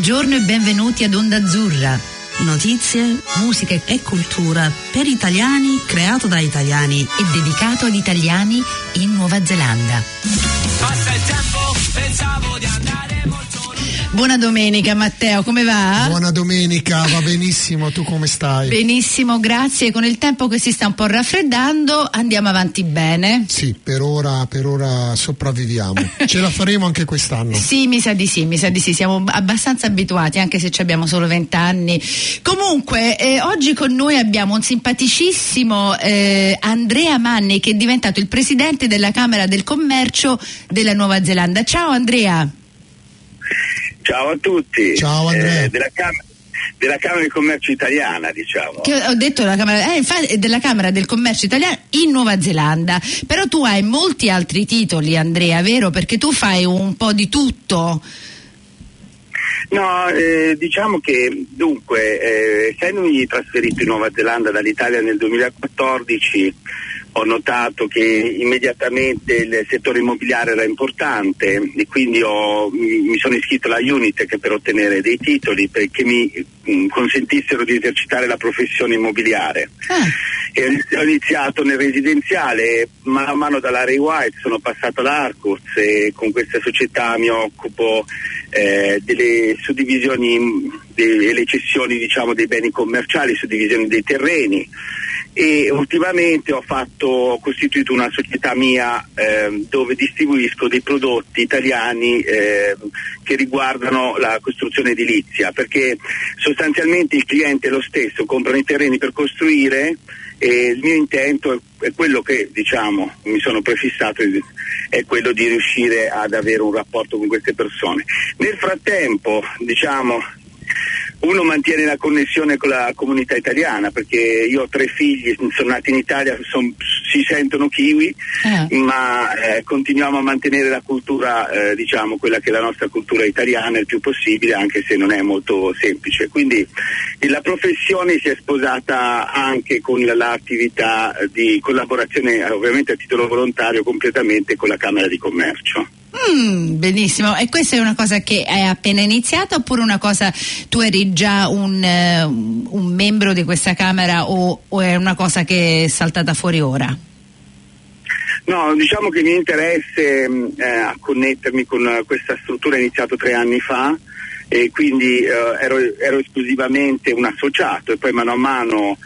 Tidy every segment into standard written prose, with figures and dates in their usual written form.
Buongiorno e benvenuti ad Onda Azzurra. Notizie, musica e cultura per italiani, creato da italiani e dedicato ad italiani in Nuova Zelanda. Passa il tempo, pensavo di andare molto. Buona domenica Matteo, come va? Buona domenica, va benissimo, tu come stai? Benissimo, grazie. Con il tempo che si sta un po' raffreddando andiamo avanti bene. Sì, per ora sopravviviamo. Ce la faremo anche quest'anno. Sì, mi sa di sì, siamo abbastanza abituati anche se abbiamo solo 20 anni. Comunque, oggi con noi abbiamo un simpaticissimo Andrea Manni, che è diventato il presidente della Camera del Commercio della Nuova Zelanda. Ciao Andrea. Ciao a tutti. Ciao Andrea. Della Camera di Commercio italiana, diciamo. Che ho detto la Camera, infatti, della Camera del Commercio italiana in Nuova Zelanda. Però tu hai molti altri titoli, Andrea, vero? Perché tu fai un po' di tutto. No, diciamo che dunque, essendomi trasferito in Nuova Zelanda dall'Italia nel 2014, ho notato che immediatamente il settore immobiliare era importante e quindi mi sono iscritto alla Unitec per ottenere dei titoli perché mi consentissero di esercitare la professione immobiliare. E ho iniziato nel residenziale, mano a mano dalla Ray White sono passato all'Arcus e con questa società mi occupo delle suddivisioni e le cessioni, diciamo, dei beni commerciali, suddivisioni dei terreni. E ultimamente ho costituito una società mia dove distribuisco dei prodotti italiani che riguardano la costruzione edilizia, perché sostanzialmente il cliente è lo stesso, comprano i terreni per costruire e il mio intento è quello che, diciamo, mi sono prefissato, è quello di riuscire ad avere un rapporto con queste persone. Nel frattempo, diciamo, uno mantiene la connessione con la comunità italiana, perché io ho 3 figli, sono nati in Italia, si sentono kiwi, ma continuiamo a mantenere la cultura, diciamo, quella che è la nostra cultura italiana il più possibile, anche se non è molto semplice. Quindi la professione si è sposata anche con l'attività di collaborazione, ovviamente a titolo volontario, completamente con la Camera di Commercio. Benissimo, e questa è una cosa che è appena iniziata oppure una cosa, tu eri già un membro di questa Camera o è una cosa che è saltata fuori ora? No, diciamo che il mio interesse a connettermi con questa struttura è iniziato 3 anni fa e quindi ero esclusivamente un associato e poi mano a mano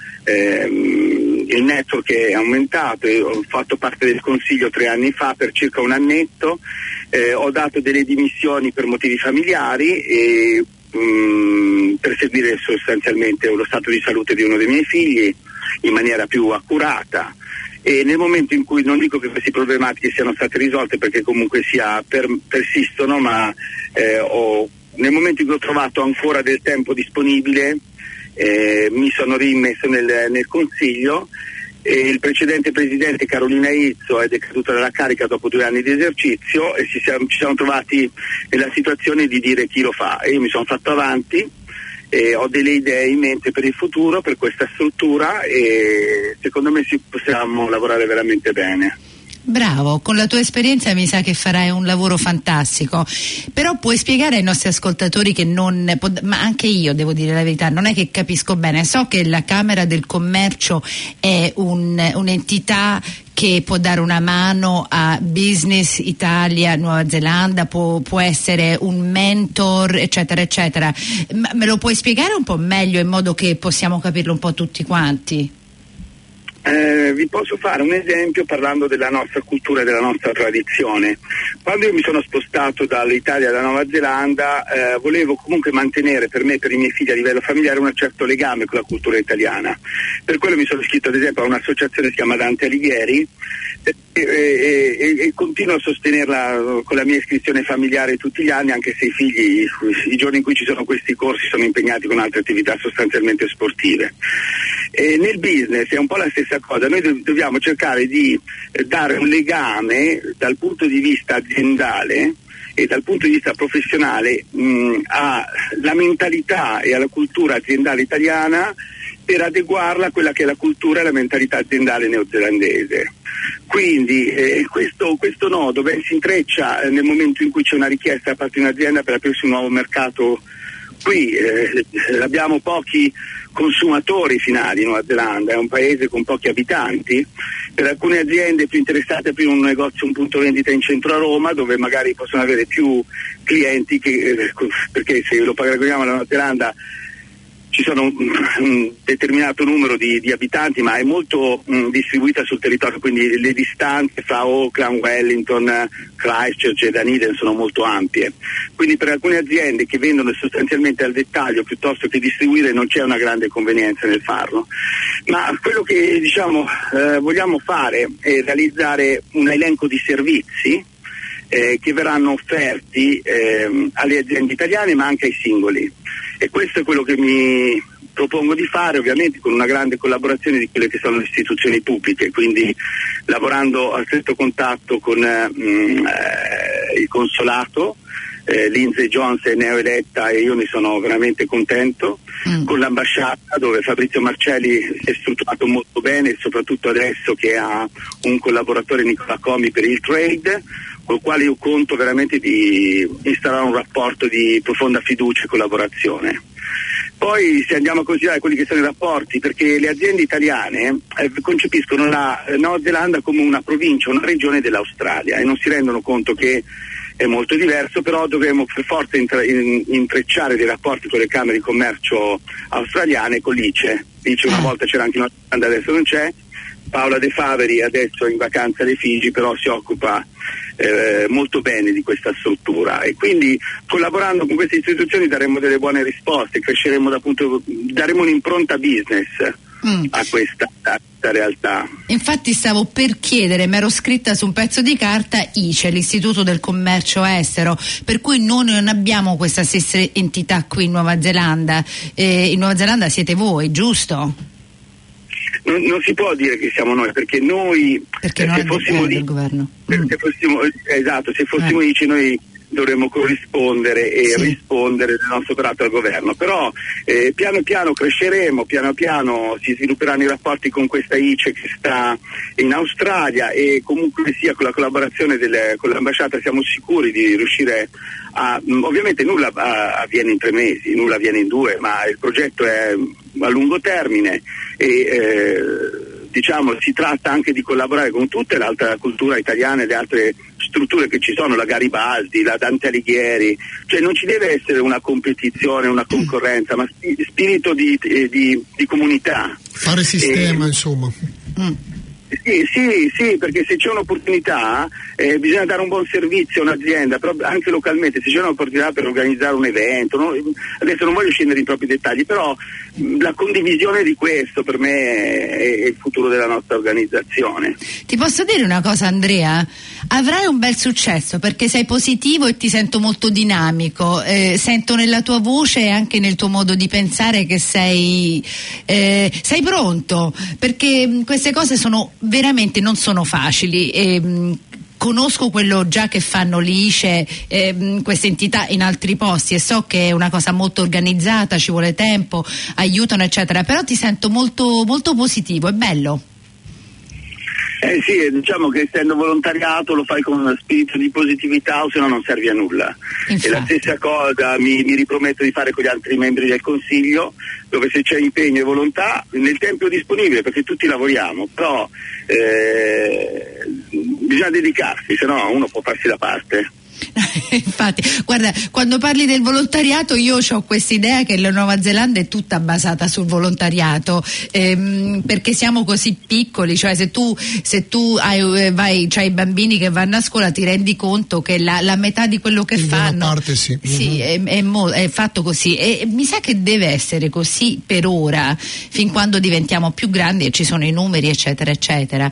il network è aumentato e ho fatto parte del consiglio 3 anni fa per circa un annetto. Ho dato delle dimissioni per motivi familiari e per seguire sostanzialmente lo stato di salute di uno dei miei figli in maniera più accurata, e nel momento in cui, non dico che queste problematiche siano state risolte perché comunque persistono, ma nel momento in cui ho trovato ancora del tempo disponibile mi sono rimesso nel consiglio. E il precedente presidente Carolina Izzo è decaduta dalla carica dopo 2 anni di esercizio e ci siamo trovati nella situazione di dire chi lo fa, e io mi sono fatto avanti e ho delle idee in mente per il futuro, per questa struttura, e secondo me possiamo lavorare veramente bene. Bravo, con la tua esperienza mi sa che farai un lavoro fantastico, però puoi spiegare ai nostri ascoltatori che ma anche io devo dire la verità, non è che capisco bene. So che la Camera del Commercio è un'entità che può dare una mano a Business Italia, Nuova Zelanda, può essere un mentor, eccetera eccetera. Ma me lo puoi spiegare un po' meglio in modo che possiamo capirlo un po' tutti quanti? Vi posso fare un esempio parlando della nostra cultura e della nostra tradizione. Quando io mi sono spostato dall'Italia alla Nuova Zelanda volevo comunque mantenere per me e per i miei figli a livello familiare un certo legame con la cultura italiana. Per quello mi sono iscritto ad esempio a un'associazione che si chiama Dante Alighieri e continuo a sostenerla con la mia iscrizione familiare tutti gli anni, anche se i figli i giorni in cui ci sono questi corsi sono impegnati con altre attività sostanzialmente sportive. Nel business è un po' la stessa cosa, noi dobbiamo cercare di dare un legame dal punto di vista aziendale e dal punto di vista professionale alla mentalità e alla cultura aziendale italiana, per adeguarla a quella che è la cultura e la mentalità aziendale neozelandese. Quindi questo nodo si intreccia nel momento in cui c'è una richiesta da parte di un'azienda per aprirsi un nuovo mercato qui abbiamo pochi consumatori finali in Nuova Zelanda, è un paese con pochi abitanti. Per alcune aziende più interessate a aprire un negozio, un punto vendita in centro a Roma, dove magari possono avere più clienti, perché se lo paragoniamo alla Nuova Zelanda ci sono un determinato numero di abitanti, ma è molto distribuita sul territorio, quindi le distanze fra Auckland, Wellington, Christchurch e Dunedin sono molto ampie. Quindi per alcune aziende che vendono sostanzialmente al dettaglio piuttosto che distribuire non c'è una grande convenienza nel farlo. Ma quello che vogliamo fare è realizzare un elenco di servizi che verranno offerti alle aziende italiane ma anche ai singoli. E questo è quello che mi propongo di fare, ovviamente con una grande collaborazione di quelle che sono le istituzioni pubbliche, quindi lavorando a stretto contatto con il consolato. Lindsay Jones è neoeletta e io ne sono veramente contento, con l'ambasciata dove Fabrizio Marcelli si è strutturato molto bene, soprattutto adesso che ha un collaboratore, Nicola Comi, per il trade, col quale io conto veramente di instaurare un rapporto di profonda fiducia e collaborazione. Poi se andiamo a considerare quelli che sono i rapporti, perché le aziende italiane concepiscono la Nuova Zelanda come una provincia, una regione dell'Australia e non si rendono conto che è molto diverso, però dovremo per forza intrecciare dei rapporti con le camere di commercio australiane e con l'ICE. L'ICE una volta c'era anche in Nuova Zelanda, adesso non c'è. Paola De Faveri adesso è in vacanza alle Figi, però si occupa molto bene di questa struttura e quindi collaborando con queste istituzioni daremo delle buone risposte, cresceremo daremo un'impronta business a questa realtà. Infatti stavo per chiedere, mi ero scritta su un pezzo di carta ICE, l'Istituto del Commercio Estero, per cui noi non abbiamo questa stessa entità qui in Nuova Zelanda. In Nuova Zelanda siete voi, giusto? Non si può dire che siamo noi, perché noi se fossimo del governo. Se fossimo ICE noi dovremmo corrispondere e rispondere del nostro operato al governo, però piano piano cresceremo, piano piano si svilupperanno i rapporti con questa ICE che sta in Australia e comunque sia con la collaborazione con l'ambasciata siamo sicuri di riuscire ovviamente nulla avviene in 3 mesi, nulla avviene in 2, ma il progetto è a lungo termine e si tratta anche di collaborare con tutta l'altra cultura italiana e le altre strutture che ci sono, la Garibaldi, la Dante Alighieri, cioè non ci deve essere una competizione, una concorrenza, ma spirito di comunità. Fare sistema, insomma. Sì, perché se c'è un'opportunità bisogna dare un buon servizio a un'azienda, però anche localmente se c'è un'opportunità per organizzare un evento, adesso non voglio scendere in troppi dettagli, però la condivisione di questo per me è il futuro della nostra organizzazione. Ti posso dire una cosa, Andrea? Avrai un bel successo perché sei positivo e ti sento molto dinamico, sento nella tua voce e anche nel tuo modo di pensare che sei pronto, perché queste cose veramente non sono facili. Conosco quello già che fanno l'ICE, queste entità in altri posti e so che è una cosa molto organizzata, ci vuole tempo, aiutano eccetera, però ti sento molto, molto positivo, è bello. Sì, diciamo che essendo volontariato lo fai con uno spirito di positività o se no non servi a nulla. Infatti. E la stessa cosa mi riprometto di fare con gli altri membri del Consiglio, dove se c'è impegno e volontà nel tempo disponibile, perché tutti lavoriamo, però bisogna dedicarsi, se no uno può farsi da parte. Infatti, guarda, quando parli del volontariato io ho questa idea che la Nuova Zelanda è tutta basata sul volontariato, perché siamo così piccoli, cioè se tu c'hai i bambini che vanno a scuola ti rendi conto che la metà di quello che fanno parte, sì. Sì, è fatto così e mi sa che deve essere così per ora, fin quando diventiamo più grandi e ci sono i numeri eccetera eccetera.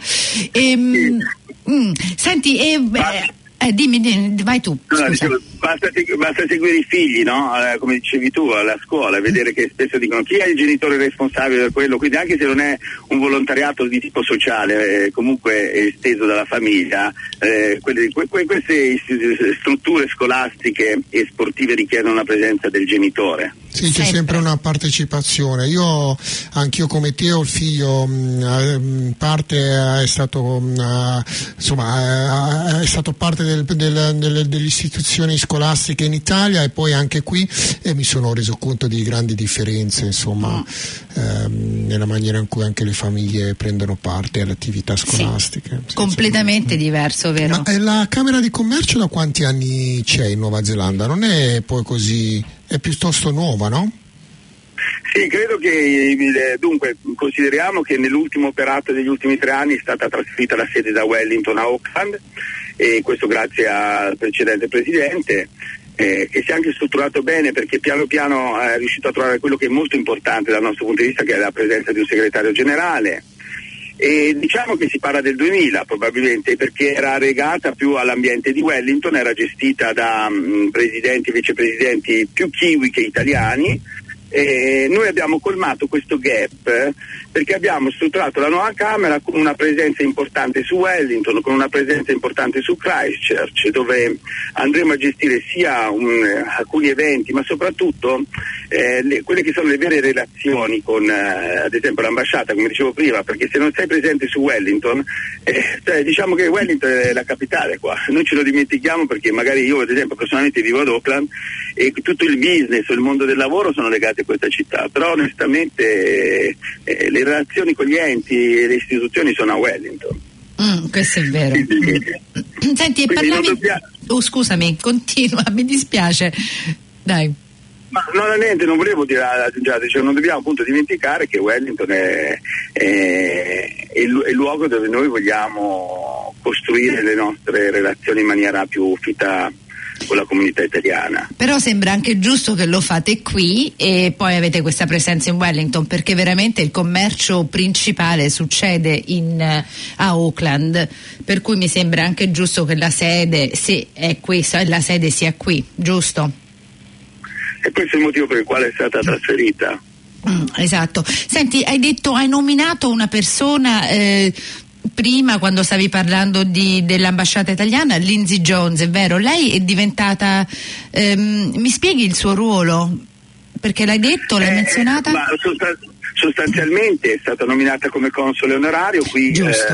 Senti, dimmi, vai tu. Basta seguire i figli, no? Come dicevi tu, alla scuola, vedere che spesso dicono chi è il genitore responsabile per quello, quindi anche se non è un volontariato di tipo sociale, comunque è esteso dalla famiglia, queste strutture scolastiche e sportive richiedono una presenza del genitore. Sì, c'è sempre una partecipazione. Anch'io come te ho il figlio, in parte è stato parte delle istituzioni scolastiche in Italia e poi anche qui, e mi sono reso conto di grandi differenze, insomma, nella maniera in cui anche le famiglie prendono parte alle attività scolastiche. Sì, completamente diverso, vero? Ma la Camera di Commercio da quanti anni c'è in Nuova Zelanda? Non è poi così, è piuttosto nuova, no? Sì, credo che dunque consideriamo che nell'ultimo operato degli ultimi 3 anni è stata trasferita la sede da Wellington a Auckland, e questo grazie al precedente presidente, che si è anche strutturato bene, perché piano piano è riuscito a trovare quello che è molto importante dal nostro punto di vista, che è la presenza di un segretario generale. E diciamo che si parla del 2000 probabilmente, perché era legata più all'ambiente di Wellington, era gestita da presidenti e vicepresidenti più kiwi che italiani. Noi abbiamo colmato questo gap perché abbiamo strutturato la nuova Camera con una presenza importante su Wellington, con una presenza importante su Christchurch, dove andremo a gestire sia alcuni eventi, ma soprattutto quelle che sono le vere relazioni con ad esempio l'ambasciata, come dicevo prima, perché se non sei presente su Wellington, diciamo che Wellington è la capitale qua, noi ce lo dimentichiamo, perché magari io ad esempio personalmente vivo ad Auckland e tutto il business o il mondo del lavoro sono legati a questa città, però onestamente le relazioni con gli enti e le istituzioni sono a Wellington. Questo è vero. Senti, e parlavi... Oh, scusami, continua, mi dispiace. Dai. Ma no, niente, non volevo dire, cioè, non dobbiamo appunto dimenticare che Wellington è il luogo dove noi vogliamo costruire le nostre relazioni in maniera più fitta con la comunità italiana. Però sembra anche giusto che lo fate qui e poi avete questa presenza in Wellington, perché veramente il commercio principale succede a Auckland, per cui mi sembra anche giusto che la sede, se è questa, la sede sia qui, giusto? E questo è il motivo per il quale è stata trasferita. Esatto. Senti, hai nominato una persona prima, quando stavi parlando dell'ambasciata italiana, Lindsay Jones, è vero? Lei è diventata, mi spieghi il suo ruolo? Perché l'hai detto, l'hai menzionata? Ma sostanzialmente è stata nominata come console onorario qui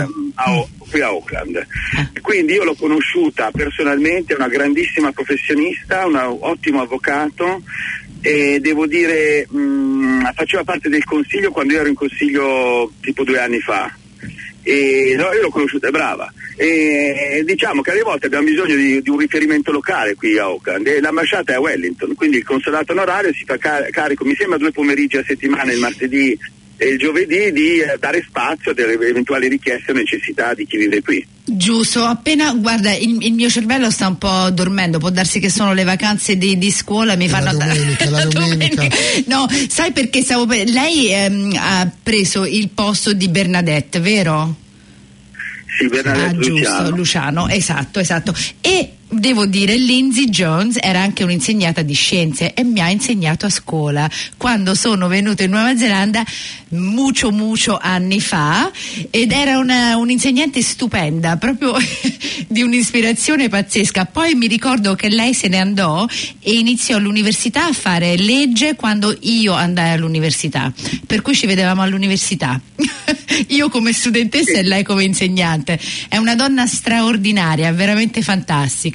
a Auckland. Quindi io l'ho conosciuta personalmente, è una grandissima professionista, un ottimo avvocato, e devo dire faceva parte del consiglio quando io ero in consiglio tipo 2 anni fa. E no, io l'ho conosciuta, è brava, e diciamo che alle volte abbiamo bisogno di un riferimento locale qui a Auckland, e l'ambasciata è a Wellington, quindi il consolato onorario si fa carico, mi sembra 2 pomeriggi a settimana, il martedì e il giovedì, di dare spazio ad eventuali richieste o necessità di chi vive qui. Giusto, appena, guarda, il mio cervello sta un po' dormendo, può darsi che sono le vacanze di scuola, mi fanno la domenica. No, sai perché lei ha preso il posto di Bernadette, vero? Sì, Bernadette Luciano, esatto. E devo dire, Lindsay Jones era anche un'insegnata di scienze e mi ha insegnato a scuola quando sono venuta in Nuova Zelanda mucho anni fa, ed era un'insegnante stupenda, proprio di un'ispirazione pazzesca. Poi mi ricordo che lei se ne andò e iniziò all'università a fare legge quando io andai all'università, per cui ci vedevamo all'università io come studentessa e lei come insegnante. È una donna straordinaria, veramente fantastica.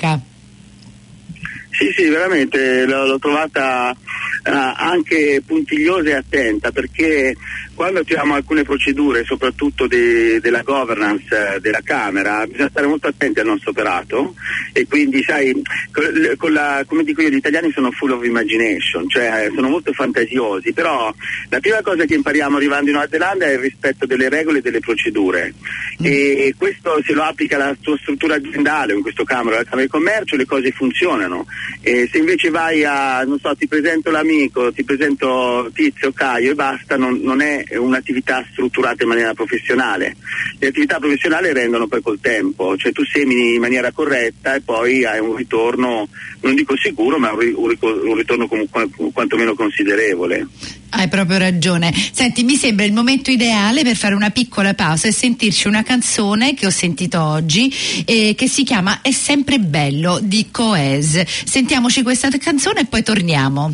Sì, veramente l'ho trovata anche puntigliosa e attenta, perché quando attuiamo alcune procedure, soprattutto della governance della Camera, bisogna stare molto attenti al nostro operato, e quindi sai, come dico io, gli italiani sono full of imagination, cioè sono molto fantasiosi, però la prima cosa che impariamo arrivando in Nuova Zelanda è il rispetto delle regole e delle procedure, e questo se lo applica alla tua struttura aziendale, o in questo caso la Camera di Commercio, le cose funzionano. E se invece vai ti presento l'amico, ti presento Tizio, Caio e basta, non è un'attività strutturata in maniera professionale. Le attività professionali rendono poi col tempo, cioè tu semini in maniera corretta e poi hai un ritorno, non dico sicuro, ma un ritorno quantomeno considerevole. Hai proprio ragione. Senti, mi sembra il momento ideale per fare una piccola pausa e sentirci una canzone che ho sentito oggi, che si chiama È sempre bello di Coes. Sentiamoci questa canzone e poi torniamo.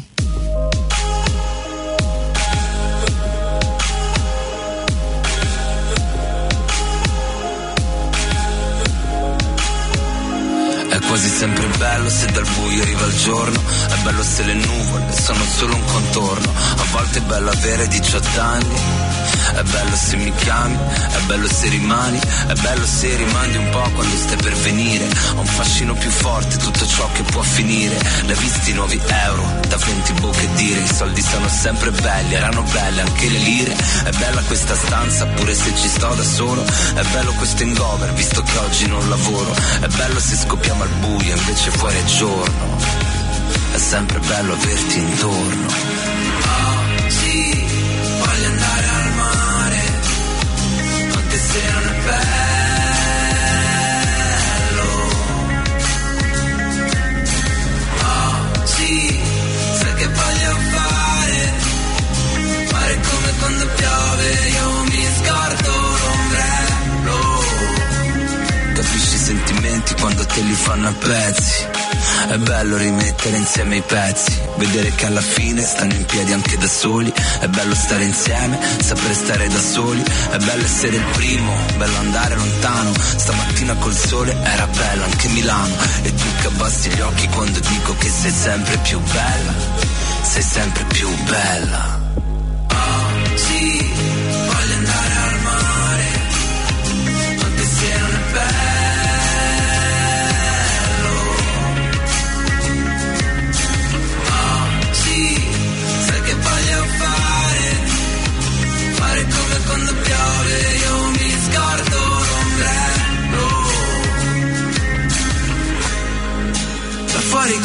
È quasi sempre bello se dal buio arriva il giorno, è bello se le nuvole sono solo un contorno, a volte è bello avere 18 anni, è bello se mi chiami, è bello se rimani, è bello se rimandi un po' quando stai per venire, ho un fascino più forte tutto ciò che può finire, l'hai visti i nuovi euro, da 20 bocche dire, i soldi sono sempre belli, erano belle anche le lire, è bella questa stanza pure se ci sto da solo, è bello questo hangover visto che oggi non lavoro, è bello se scoppiamo al buio invece fuori è giorno, è sempre bello averti intorno. Oggi voglio andare al mare, anche se non è bello. Oggi sai che voglio fare come quando piove, io mi scordo l'ombrello. Capisci i sentimenti quando te li fanno a pezzi, è bello rimettere insieme i pezzi, vedere che alla fine stanno in piedi anche da soli, è bello stare insieme, sapere stare da soli, è bello essere il primo, bello andare lontano, stamattina col sole era bello anche Milano, e tu che abbassi gli occhi quando dico che sei sempre più bella, sei sempre più bella. Oggi voglio andare al mare, anche se non è bello. Come quando piove io mi scordo l'ombrello, da fuori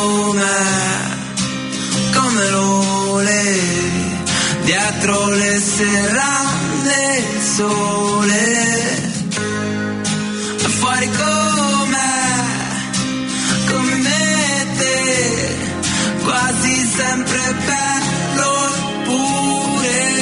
come lo volevi, dietro le serrande il sole, da fuori come me te, quasi sempre bello pure.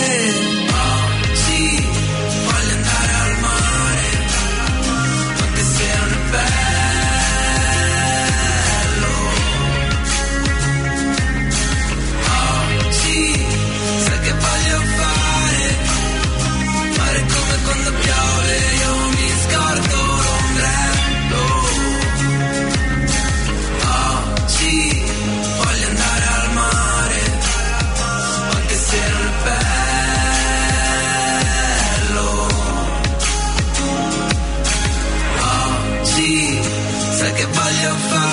Quando piove io mi scordo l'ombrello. Oggi voglio andare al mare, anche se non è bello. Oggi sai che voglio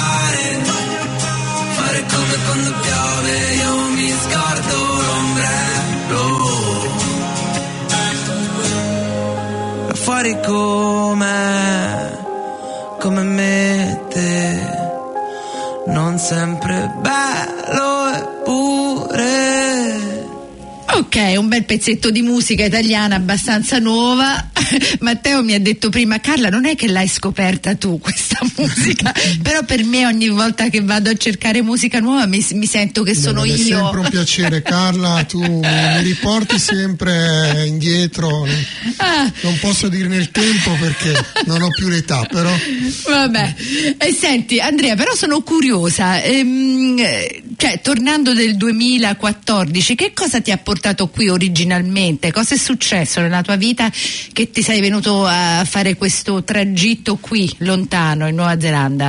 fare come quando piove io mi scordo l'ombrello. Fuori come me te, non sempre bello eppure. Ok, un bel pezzetto di musica italiana abbastanza nuova. Matteo mi ha detto prima: Carla, non è che l'hai scoperta tu questa musica, però per me ogni volta che vado a cercare musica nuova mi sento che sono io. È sempre un piacere, Carla, tu mi riporti sempre indietro, non posso dire nel tempo perché non ho più l'età, però vabbè. E senti Andrea, però sono curiosa, cioè tornando del 2014, che cosa ti ha portato qui originalmente? Cosa è successo nella tua vita che ti sei venuto a fare questo tragitto qui lontano in Nuova Zelanda?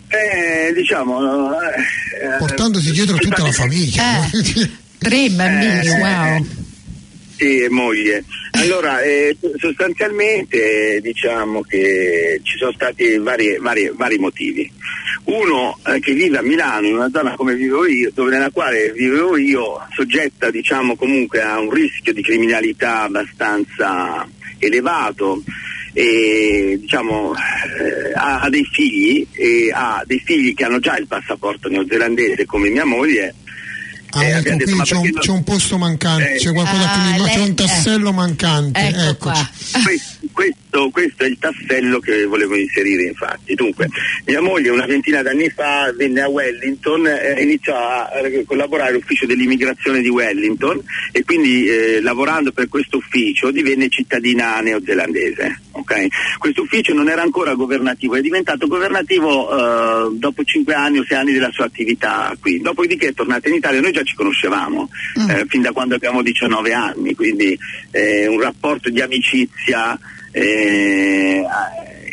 Portandosi dietro tutta la famiglia. 3 bambini, wow. Sì, e moglie. Allora, sostanzialmente diciamo che ci sono stati vari motivi. Uno, che vive a Milano, in una zona come vivevo io, nella quale vivevo io, soggetta diciamo comunque a un rischio di criminalità abbastanza elevato, e diciamo ha dei figli, e ha dei figli che hanno già il passaporto neozelandese come mia moglie. Ecco, qui c'è un posto mancante, c'è qualcosa c'è un tassello mancante. Eccoci. Questo è il tassello che volevo inserire, infatti. Dunque, mia moglie una ventina d'anni fa venne a Wellington, iniziò a collaborare all'ufficio dell'immigrazione di Wellington e quindi lavorando per questo ufficio divenne cittadina neozelandese. Okay? Questo ufficio non era ancora governativo, è diventato governativo dopo 5 anni o 6 anni della sua attività qui. Dopodiché è tornata in Italia, noi già ci conoscevamo fin da quando abbiamo 19 anni, quindi un rapporto di amicizia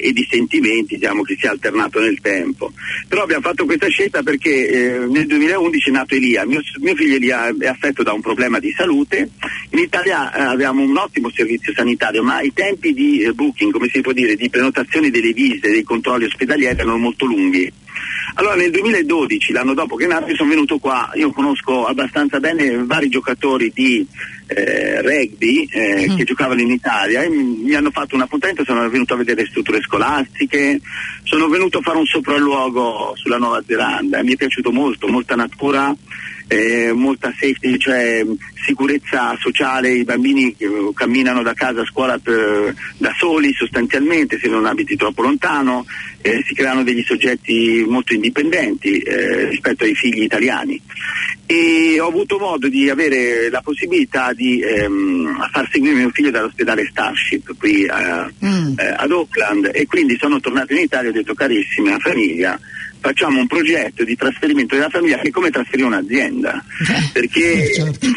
e di sentimenti, diciamo, che si è alternato nel tempo. Però abbiamo fatto questa scelta perché nel 2011 è nato Elia. Mio figlio Elia è affetto da un problema di salute. In Italia abbiamo un ottimo servizio sanitario, ma i tempi di booking, come si può dire, di prenotazione delle visite, dei controlli ospedalieri erano molto lunghi. Allora nel 2012, l'anno dopo che è nato, sono venuto qua. Io conosco abbastanza bene vari giocatori di rugby che giocavano in Italia e mi hanno fatto un appuntamento, sono venuto a vedere le strutture scolastiche, sono venuto a fare un sopralluogo sulla Nuova Zelanda, mi è piaciuto molto, molta natura, molta safety, cioè sicurezza sociale. I bambini camminano da casa a scuola da soli sostanzialmente, se non abiti troppo lontano, si creano degli soggetti molto indipendenti rispetto ai figli italiani, e ho avuto modo di avere la possibilità di far seguire mio figlio dall'ospedale Starship qui ad Auckland, e quindi sono tornato in Italia e ho detto: carissima famiglia, facciamo un progetto di trasferimento della famiglia che è come trasferire un'azienda, perché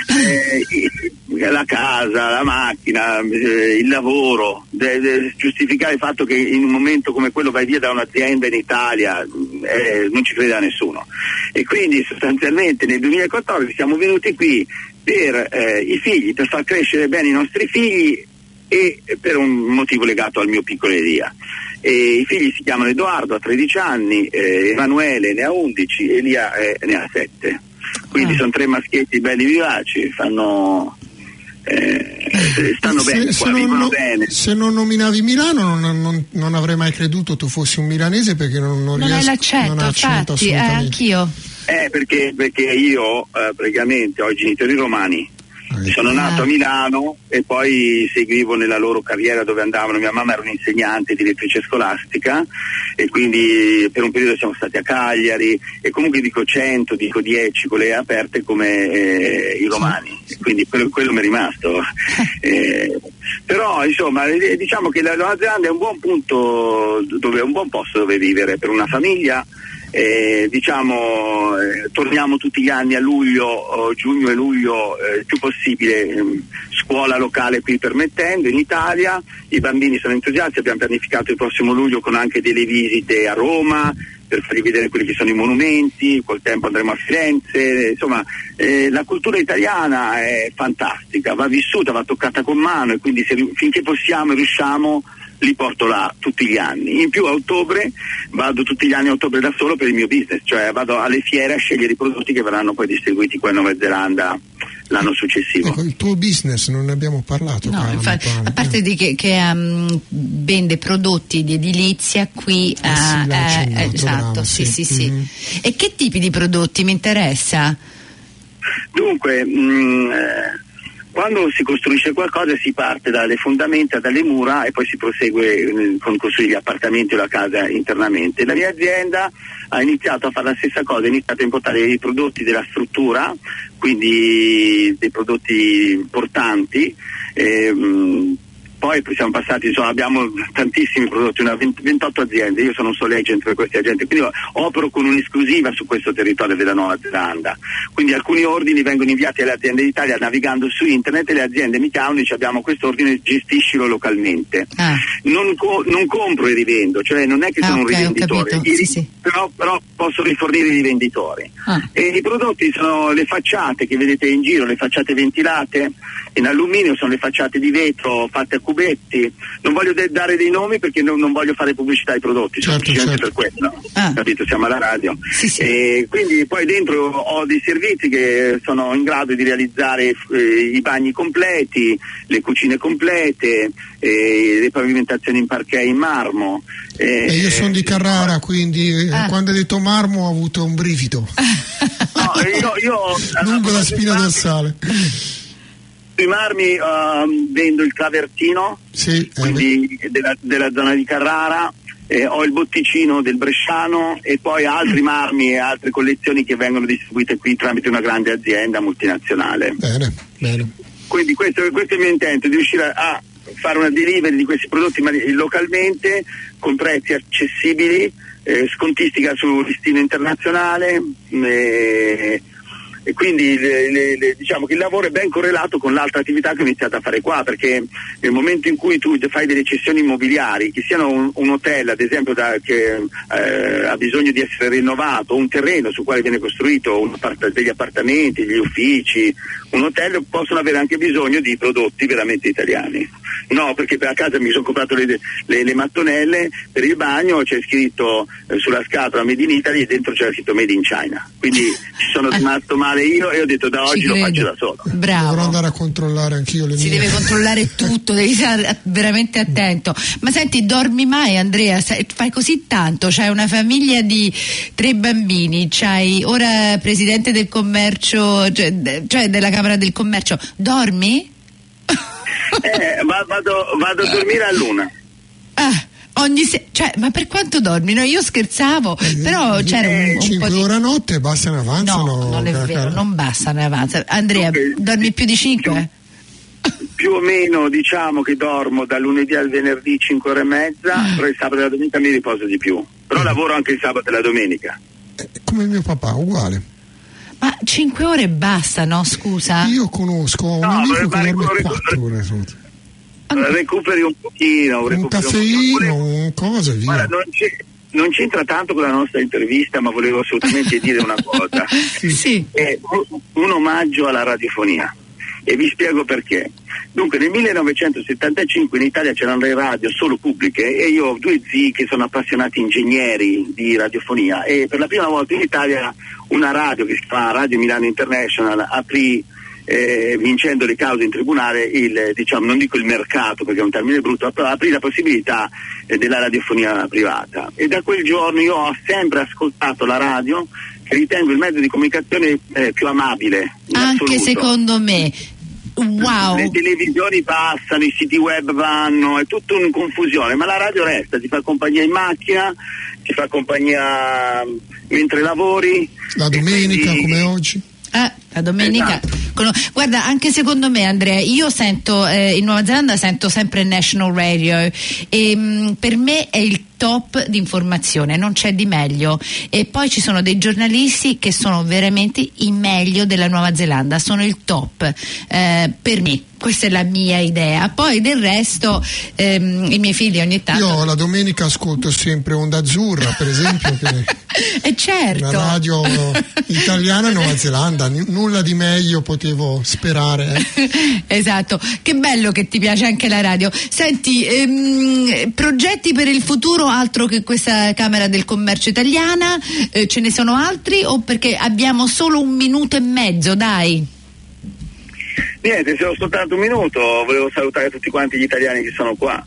la casa, la macchina, il lavoro, giustificare il fatto che in un momento come quello vai via da un'azienda in Italia non ci crede nessuno. E quindi sostanzialmente nel 2014 siamo venuti qui per i figli, per far crescere bene i nostri figli e per un motivo legato al mio piccolo Elia. I figli si chiamano Edoardo, ha 13 anni, Emanuele ne ha 11, Elia ne ha 7. Quindi sono 3 maschietti belli vivaci, stanno bene, qua vivono bene. Se non nominavi Milano non avrei mai creduto tu fossi un milanese, perché non hai l'accento, infatti, anch'io. Perché io praticamente ho i genitori romani. Sono nato a Milano e poi seguivo nella loro carriera dove andavano. Mia mamma era un'insegnante, direttrice scolastica, e quindi per un periodo siamo stati a Cagliari, e comunque dico 100, dico 10 con le aperte come i romani, quindi quello mi è rimasto. Però insomma diciamo che la Nuova Zelanda è un buon punto, è un buon posto dove vivere per una famiglia. Torniamo tutti gli anni a luglio, giugno e luglio, il più possibile, scuola locale qui permettendo, in Italia. I bambini sono entusiasti, abbiamo pianificato il prossimo luglio con anche delle visite a Roma per fargli vedere quelli che sono i monumenti, col tempo andremo a Firenze. Insomma, la cultura italiana è fantastica, va vissuta, va toccata con mano, e quindi finché possiamo e riusciamo li porto là tutti gli anni. In più a ottobre vado tutti gli anni a ottobre da solo per il mio business, cioè vado alle fiere a scegliere i prodotti che verranno poi distribuiti qua in Nuova Zelanda l'anno successivo. Ecco, il tuo business non ne abbiamo parlato. No, infatti, a parte di che vende prodotti di edilizia qui esatto, sì. E che tipi di prodotti mi interessa? Dunque quando si costruisce qualcosa si parte dalle fondamenta, dalle mura, e poi si prosegue con costruire gli appartamenti o la casa internamente. La mia azienda ha iniziato a fare la stessa cosa, ha iniziato a importare i prodotti della struttura, quindi dei prodotti portanti, poi siamo passati, insomma, abbiamo tantissimi prodotti, 28 aziende, io sono un solo agent per queste aziende, quindi opero con un'esclusiva su questo territorio della Nuova Zelanda. Quindi alcuni ordini vengono inviati alle aziende d'Italia navigando su internet, e le aziende mi chiamano e dicono: abbiamo questo ordine, gestiscilo localmente. Non compro e rivendo, cioè non è che sono un rivenditore, però posso rifornire i rivenditori. E i prodotti sono le facciate che vedete in giro, le facciate ventilate in alluminio, sono le facciate di vetro fatte a cubetti. Non voglio dare dei nomi perché non voglio fare pubblicità ai prodotti, semplicemente per questo, capito? Siamo alla radio. Sì. E quindi poi dentro ho dei servizi che sono in grado di realizzare i bagni completi, le cucine complete, le pavimentazioni in parquet in marmo. Io sono di Carrara, quindi quando hai detto marmo ho avuto un brivido. No, io lungo la spina dorsale. Sui marmi vendo il travertino, quindi della zona di Carrara, ho il botticino del Bresciano, e poi altri marmi e altre collezioni che vengono distribuite qui tramite una grande azienda multinazionale. Bene. Quindi questo è il mio intento, di riuscire a fare una delivery di questi prodotti localmente con prezzi accessibili, scontistica sul listino internazionale, e quindi diciamo che il lavoro è ben correlato con l'altra attività che ho iniziato a fare qua, perché nel momento in cui tu fai delle cessioni immobiliari, che siano un hotel ad esempio che ha bisogno di essere rinnovato, un terreno sul quale viene costruito degli appartamenti, degli uffici, un hotel, possono avere anche bisogno di prodotti veramente italiani. No, perché per a casa mi sono comprato le mattonelle per il bagno, c'è scritto sulla scatola Made in Italy e dentro c'era scritto Made in China, quindi ci sono rimasto male io e ho detto da oggi lo faccio da solo. Bravo. Dovrò andare a controllare anch'io le mie. Si deve controllare tutto, devi stare veramente attento. Ma senti, dormi mai, Andrea? Fai così tanto, c'hai una famiglia di 3 bambini, c'hai ora presidente del commercio, cioè della Camera del Commercio, dormi? Vado a dormire a luna. Ma per quanto dormi? No, io scherzavo, però c'era un 5 po' ore a notte bastano e avanzano. No, non è vero, non bastano e avanzano. Andrea, dormi più di 5? Più o meno, diciamo che dormo dal lunedì al venerdì 5 ore e mezza, però il sabato e la domenica mi riposo di più. Però lavoro anche il sabato e la domenica. Come mio papà, uguale. Ma 5 ore basta, no? Scusa? Io conosco un amico che dorme 4 ore. Recuperi un pochino, un caffeino, un cosa, via. Guarda, non c'entra tanto con la nostra intervista, ma volevo assolutamente dire una cosa. Sì. È un omaggio alla radiofonia e vi spiego perché. Dunque nel 1975 in Italia c'erano le radio solo pubbliche e io ho 2 zii che sono appassionati ingegneri di radiofonia e per la prima volta in Italia una radio che si chiama Radio Milano International aprì, vincendo le cause in tribunale, diciamo, non dico il mercato perché è un termine brutto, però aprì la possibilità della radiofonia privata e da quel giorno io ho sempre ascoltato la radio, che ritengo il mezzo di comunicazione più amabile in anche assoluto. Secondo me. Wow. Le televisioni passano, i siti web vanno, è tutto in confusione, ma la radio resta, ti fa compagnia in macchina, ti fa compagnia mentre lavori. La domenica come oggi. La domenica. Esatto. Guarda, anche secondo me, Andrea, io sento in Nuova Zelanda sento sempre National Radio e per me è il top di informazione, non c'è di meglio, e poi ci sono dei giornalisti che sono veramente il meglio della Nuova Zelanda, sono il top per me. Questa è la mia idea, poi del resto i miei figli ogni tanto. Io la domenica ascolto sempre Onda Azzurra, per esempio, che certo. una radio italiana Nuova Zelanda, nulla di meglio potevo sperare. Esatto, che bello che ti piace anche la radio. Senti, progetti per il futuro altro che questa Camera del Commercio italiana, ce ne sono altri o perché abbiamo solo 1 minuto e mezzo, dai? Niente, se ho soltanto 1 minuto, volevo salutare tutti quanti gli italiani che sono qua,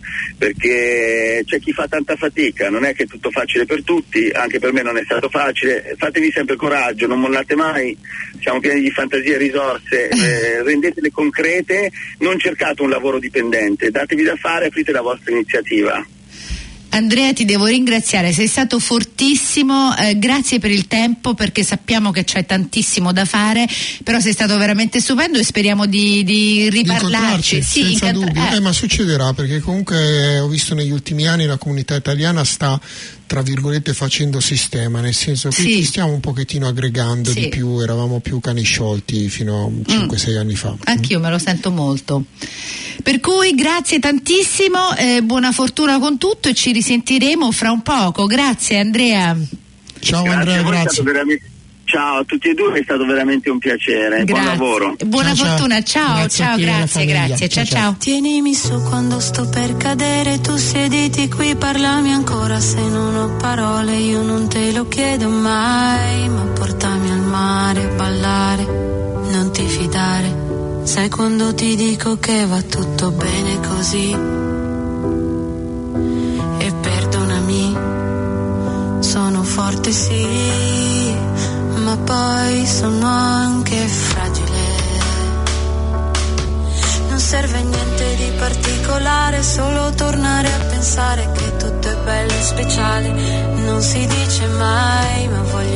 perché c'è chi fa tanta fatica, non è che è tutto facile per tutti, anche per me non è stato facile, fatevi sempre coraggio, non mollate mai, siamo pieni di fantasia e risorse, rendetele concrete, non cercate un lavoro dipendente, datevi da fare, aprite la vostra iniziativa. Andrea, ti devo ringraziare, sei stato fortissimo, grazie per il tempo perché sappiamo che c'è tantissimo da fare, però sei stato veramente stupendo e speriamo di riparlarci. Sì, senza dubbio, ma succederà perché comunque ho visto negli ultimi anni la comunità italiana sta tra virgolette facendo sistema, nel senso che ci stiamo un pochettino aggregando di più, eravamo più cani sciolti fino a 5-6 anni fa. Anch'io me lo sento molto. Per cui grazie tantissimo, buona fortuna con tutto e ci risentiremo fra un poco. Grazie Andrea. Ciao Andrea, grazie. Ciao a tutti e due, è stato veramente un piacere. Buon lavoro. Buona fortuna, ciao, grazie, ciao. Tienimi su quando sto per cadere, tu siediti qui, parlami ancora, se non ho parole io non te lo chiedo mai, ma portami al mare a ballare, non ti fidare, sai quando ti dico che va tutto bene così, e perdonami, sono forte sì, ma poi sono anche fragile. Non serve niente di particolare, solo tornare a pensare che tutto è bello e speciale. Non si dice mai, ma voglio